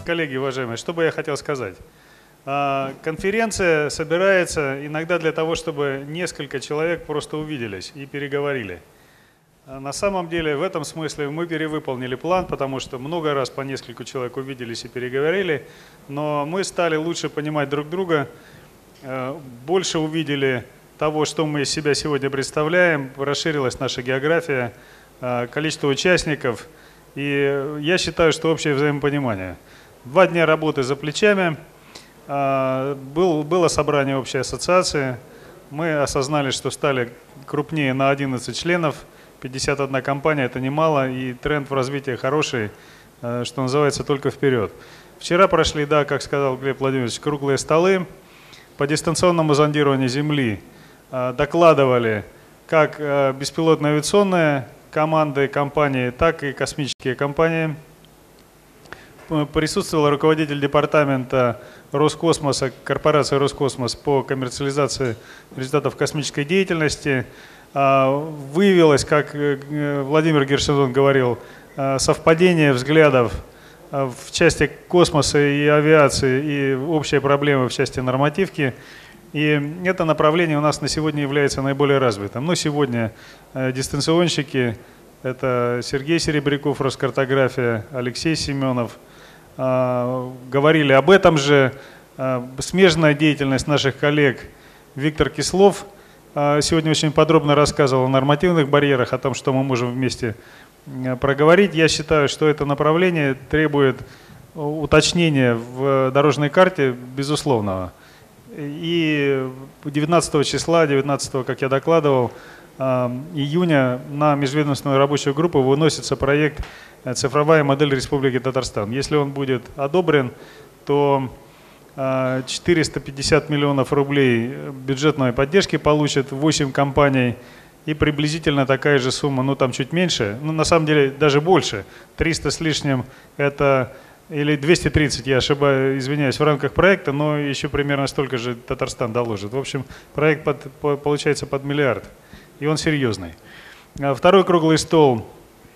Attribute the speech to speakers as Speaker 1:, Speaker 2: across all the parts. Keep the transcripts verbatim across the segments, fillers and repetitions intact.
Speaker 1: Коллеги, уважаемые, что бы я хотел сказать? Конференция собирается иногда для того, чтобы несколько человек просто увиделись и переговорили. На самом деле, в этом смысле мы перевыполнили план, потому что много раз по нескольку человек увиделись и переговорили, но мы стали лучше понимать друг друга, больше увидели того, что мы из себя сегодня представляем, расширилась наша география, количество участников, и я считаю, что общее взаимопонимание. Два дня работы за плечами, был, было собрание общей ассоциации, мы осознали, что стали крупнее на одиннадцать членов, пятьдесят одна компания – это немало, и тренд в развитии хороший, что называется, только вперед. Вчера прошли, да, как сказал Глеб Владимирович, круглые столы по дистанционному зондированию Земли. Докладывали как беспилотные авиационные команды, компании, так и космические компании. Присутствовал руководитель департамента Роскосмоса, корпорации Роскосмос по коммерциализации результатов космической деятельности. Выявилось, как Владимир Гершензон говорил, совпадение взглядов в части космоса и авиации и общие проблемы в части нормативки. И это направление у нас на сегодня является наиболее развитым. Но сегодня дистанционщики – это Сергей Серебряков, Роскартография, Алексей Семенов – говорили об этом же. Смежная деятельность наших коллег Виктор Кислов сегодня очень подробно рассказывал о нормативных барьерах, о том, что мы можем вместе проговорить. Я считаю, что это направление требует уточнения в дорожной карте безусловного. И девятнадцатого числа, девятнадцатого, как я докладывал, июня на межведомственную рабочую группу выносится проект «Цифровая модель Республики Татарстан». Если он будет одобрен, то четыреста пятьдесят миллионов рублей бюджетной поддержки получат восемь компаний и приблизительно такая же сумма, ну там чуть меньше, ну на самом деле даже больше, триста с лишним это, или двести тридцать, я ошибаюсь, извиняюсь, в рамках проекта, но еще примерно столько же Татарстан доложит. В общем, проект под, по, получается под миллиард, и он серьезный. Второй круглый стол,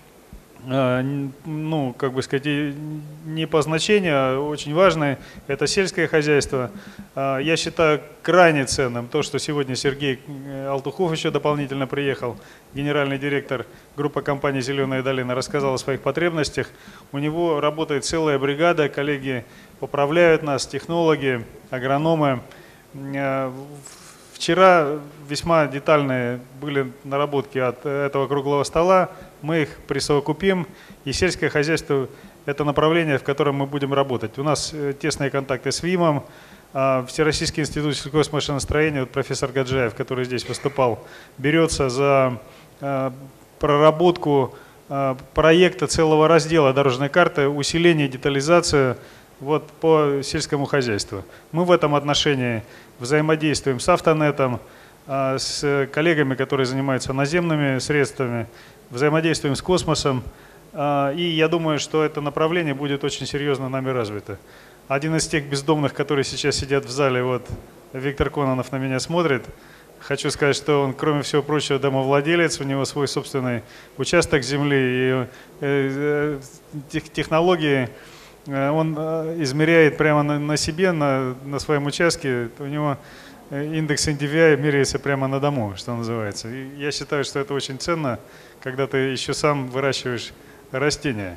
Speaker 1: ну, как бы сказать, не по значению, а очень важный, это сельское хозяйство. Я считаю крайне ценным то, что сегодня Сергей Алтухов еще дополнительно приехал, генеральный директор группы компании «Зеленая долина», рассказал о своих потребностях. У него работает целая бригада, коллеги поправляют нас, технологи, агрономы. Вчера весьма детальные были наработки от этого круглого стола. Мы их присовокупим, и сельское хозяйство – это направление, в котором мы будем работать. У нас тесные контакты с ВИМом, Всероссийский институт сельхозмашиностроения, вот профессор Гаджаев, который здесь выступал, берется за проработку проекта целого раздела дорожной карты, усиление, детализацию вот, по сельскому хозяйству. Мы в этом отношении взаимодействуем с Автонетом, с коллегами, которые занимаются наземными средствами, взаимодействуем с космосом, и я думаю, что это направление будет очень серьезно нами развито. Один из тех бездомных, которые сейчас сидят в зале, вот Виктор Кононов на меня смотрит, хочу сказать, что он, кроме всего прочего, домовладелец, у него свой собственный участок земли, и технологии он измеряет прямо на, на себе, на, на своем участке, у него индекс эн ди ви ай меряется прямо на дому, что называется. И я считаю, что это очень ценно, когда ты еще сам выращиваешь растения.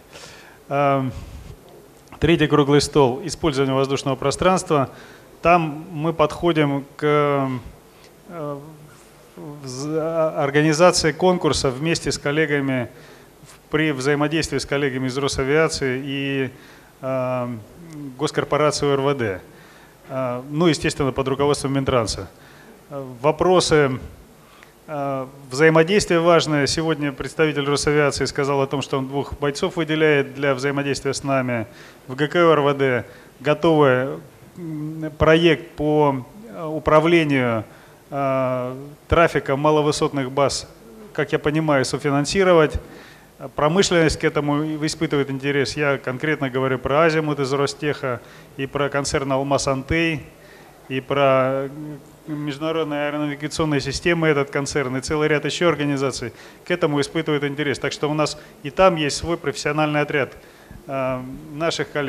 Speaker 1: Третий круглый стол – использование воздушного пространства. Там мы подходим к организации конкурса вместе с коллегами, при взаимодействии с коллегами из Росавиации и госкорпорации эр вэ дэ. Ну, естественно, под руководством Минтранса. Вопросы взаимодействия важные. Сегодня представитель Росавиации сказал о том, что он двух бойцов выделяет для взаимодействия с нами. В гэ ка о эр вэ дэ готовый проект по управлению трафиком маловысотных баз, как я понимаю, софинансировать. Промышленность к этому испытывает интерес. Я конкретно говорю про Азимут из Ростеха, и про концерн Алмаз-Антей, и про международные аэронавигационные системы этот концерн, и целый ряд еще организаций к этому испытывают интерес. Так что у нас и там есть свой профессиональный отряд э, наших коллег.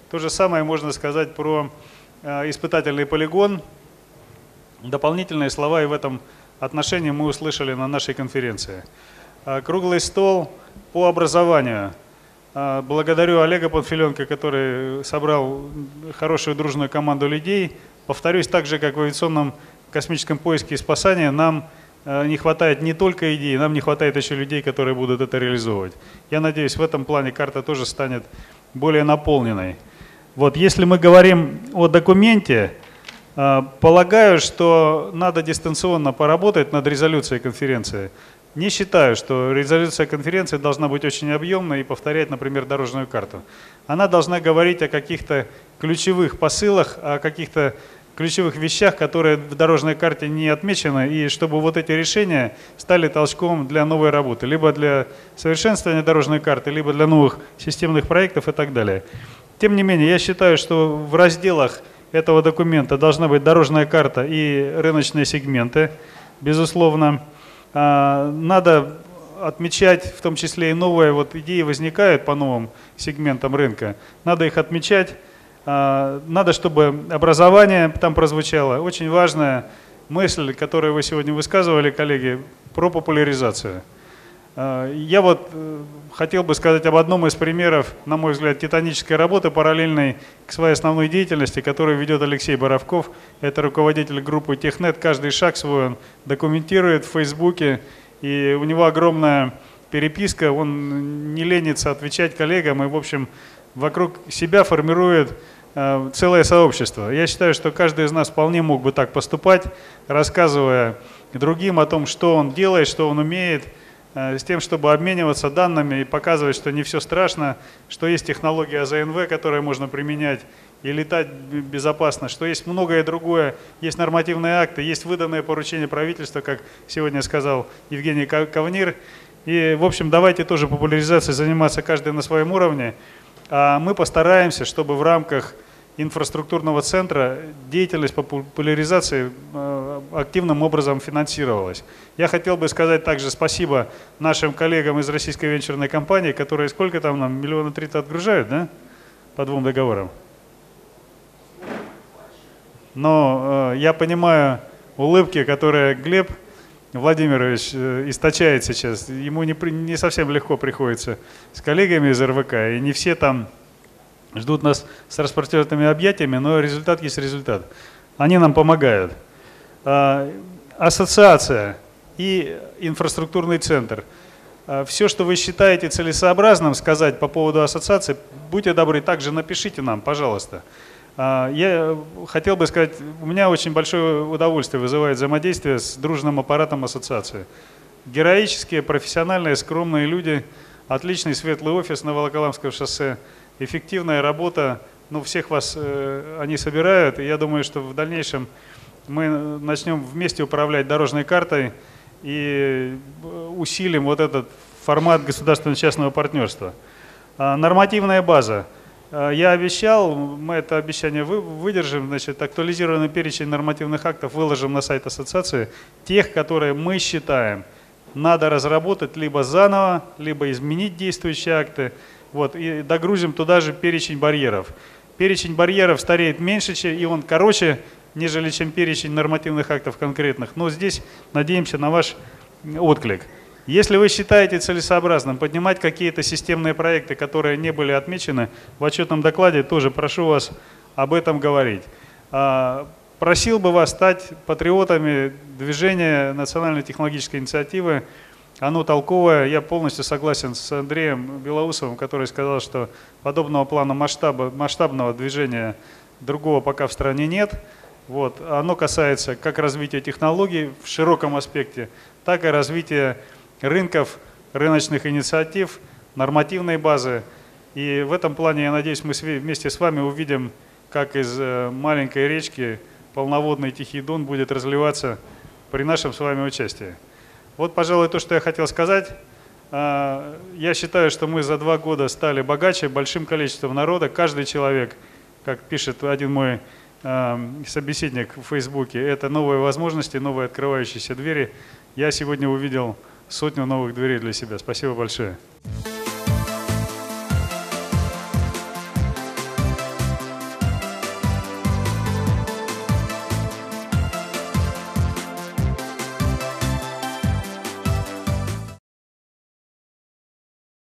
Speaker 1: То же самое можно сказать про испытательный полигон. Дополнительные слова и в этом отношении мы услышали на нашей конференции. Круглый стол по образованию. Благодарю Олега Панфиленко, который собрал хорошую дружную команду людей. Повторюсь, так же, как в авиационном космическом поиске и спасании, нам не хватает не только идей, нам не хватает еще людей, которые будут это реализовывать. Я надеюсь, в этом плане карта тоже станет более наполненной. Вот, если мы говорим о документе, полагаю, что надо дистанционно поработать над резолюцией конференции. Не считаю, что резолюция конференции должна быть очень объемной и повторять, например, дорожную карту. Она должна говорить о каких-то ключевых посылах, о каких-то ключевых вещах, которые в дорожной карте не отмечены, и чтобы вот эти решения стали толчком для новой работы, либо для совершенствования дорожной карты, либо для новых системных проектов и так далее. Тем не менее, я считаю, что в разделах этого документа должна быть дорожная карта и рыночные сегменты, безусловно. Надо отмечать, в том числе и новые вот идеи возникают по новым сегментам рынка. Надо их отмечать. Надо, чтобы образование там прозвучало. Очень важная мысль, которую вы сегодня высказывали, коллеги, про популяризацию. Я вот хотел бы сказать об одном из примеров, на мой взгляд, титанической работы, параллельной к своей основной деятельности, которую ведет Алексей Боровков. Это руководитель группы Технет. Каждый шаг свой он документирует в Фейсбуке, и у него огромная переписка, он не ленится отвечать коллегам и, в общем, вокруг себя формирует целое сообщество. Я считаю, что каждый из нас вполне мог бы так поступать, рассказывая другим о том, что он делает, что он умеет, с тем, чтобы обмениваться данными и показывать, что не все страшно, что есть технология А З Н В, которую можно применять и летать безопасно, что есть многое другое, есть нормативные акты, есть выданные поручения правительства, как сегодня сказал Евгений Ковнир. И, в общем, давайте тоже популяризацией заниматься каждый на своем уровне. А мы постараемся, чтобы в рамках инфраструктурного центра деятельность по популяризации активным образом финансировалась. Я хотел бы сказать также спасибо нашим коллегам из российской венчурной компании, которые сколько там нам, миллиона три-то отгружают, да, по двум договорам. Но э, я понимаю улыбки, которые Глеб Владимирович э, источает сейчас. Ему не, не совсем легко приходится с коллегами из Эр Вэ Ка, и не все там ждут нас с распростертыми объятиями, но результат есть результат. Они нам помогают. Ассоциация и инфраструктурный центр. Все, что вы считаете целесообразным сказать по поводу ассоциации, будьте добры, также напишите нам, пожалуйста. Я хотел бы сказать, у меня очень большое удовольствие вызывает взаимодействие с дружным аппаратом ассоциации. Героические, профессиональные, скромные люди, отличный светлый офис на Волоколамском шоссе, эффективная работа, ну, всех вас э, они собирают, и я думаю, что в дальнейшем мы начнем вместе управлять дорожной картой и усилим вот этот формат государственно-частного партнерства. А, нормативная база. А, я обещал, мы это обещание вы, выдержим, значит, актуализированный перечень нормативных актов выложим на сайт ассоциации, тех, которые мы считаем, надо разработать либо заново, либо изменить действующие акты. Вот, и догрузим туда же перечень барьеров. Перечень барьеров стареет меньше, и он короче, нежели чем перечень нормативных актов конкретных. Но здесь надеемся на ваш отклик. Если вы считаете целесообразным поднимать какие-то системные проекты, которые не были отмечены в отчетном докладе, тоже прошу вас об этом говорить. Просил бы вас стать патриотами движения национальной технологической инициативы. Оно толковое. Я полностью согласен с Андреем Белоусовым, который сказал, что подобного плана масштаба, масштабного движения другого пока в стране нет. Вот. Оно касается как развития технологий в широком аспекте, так и развития рынков, рыночных инициатив, нормативной базы. И в этом плане, я надеюсь, мы вместе с вами увидим, как из маленькой речки полноводный Тихий Дон будет разливаться при нашем с вами участии. Вот, пожалуй, то, что я хотел сказать. Я считаю, что мы за два года стали богаче большим количеством народа. Каждый человек, как пишет один мой собеседник в Фейсбуке, это новые возможности, новые открывающиеся двери. Я сегодня увидел сотню новых дверей для себя. Спасибо большое.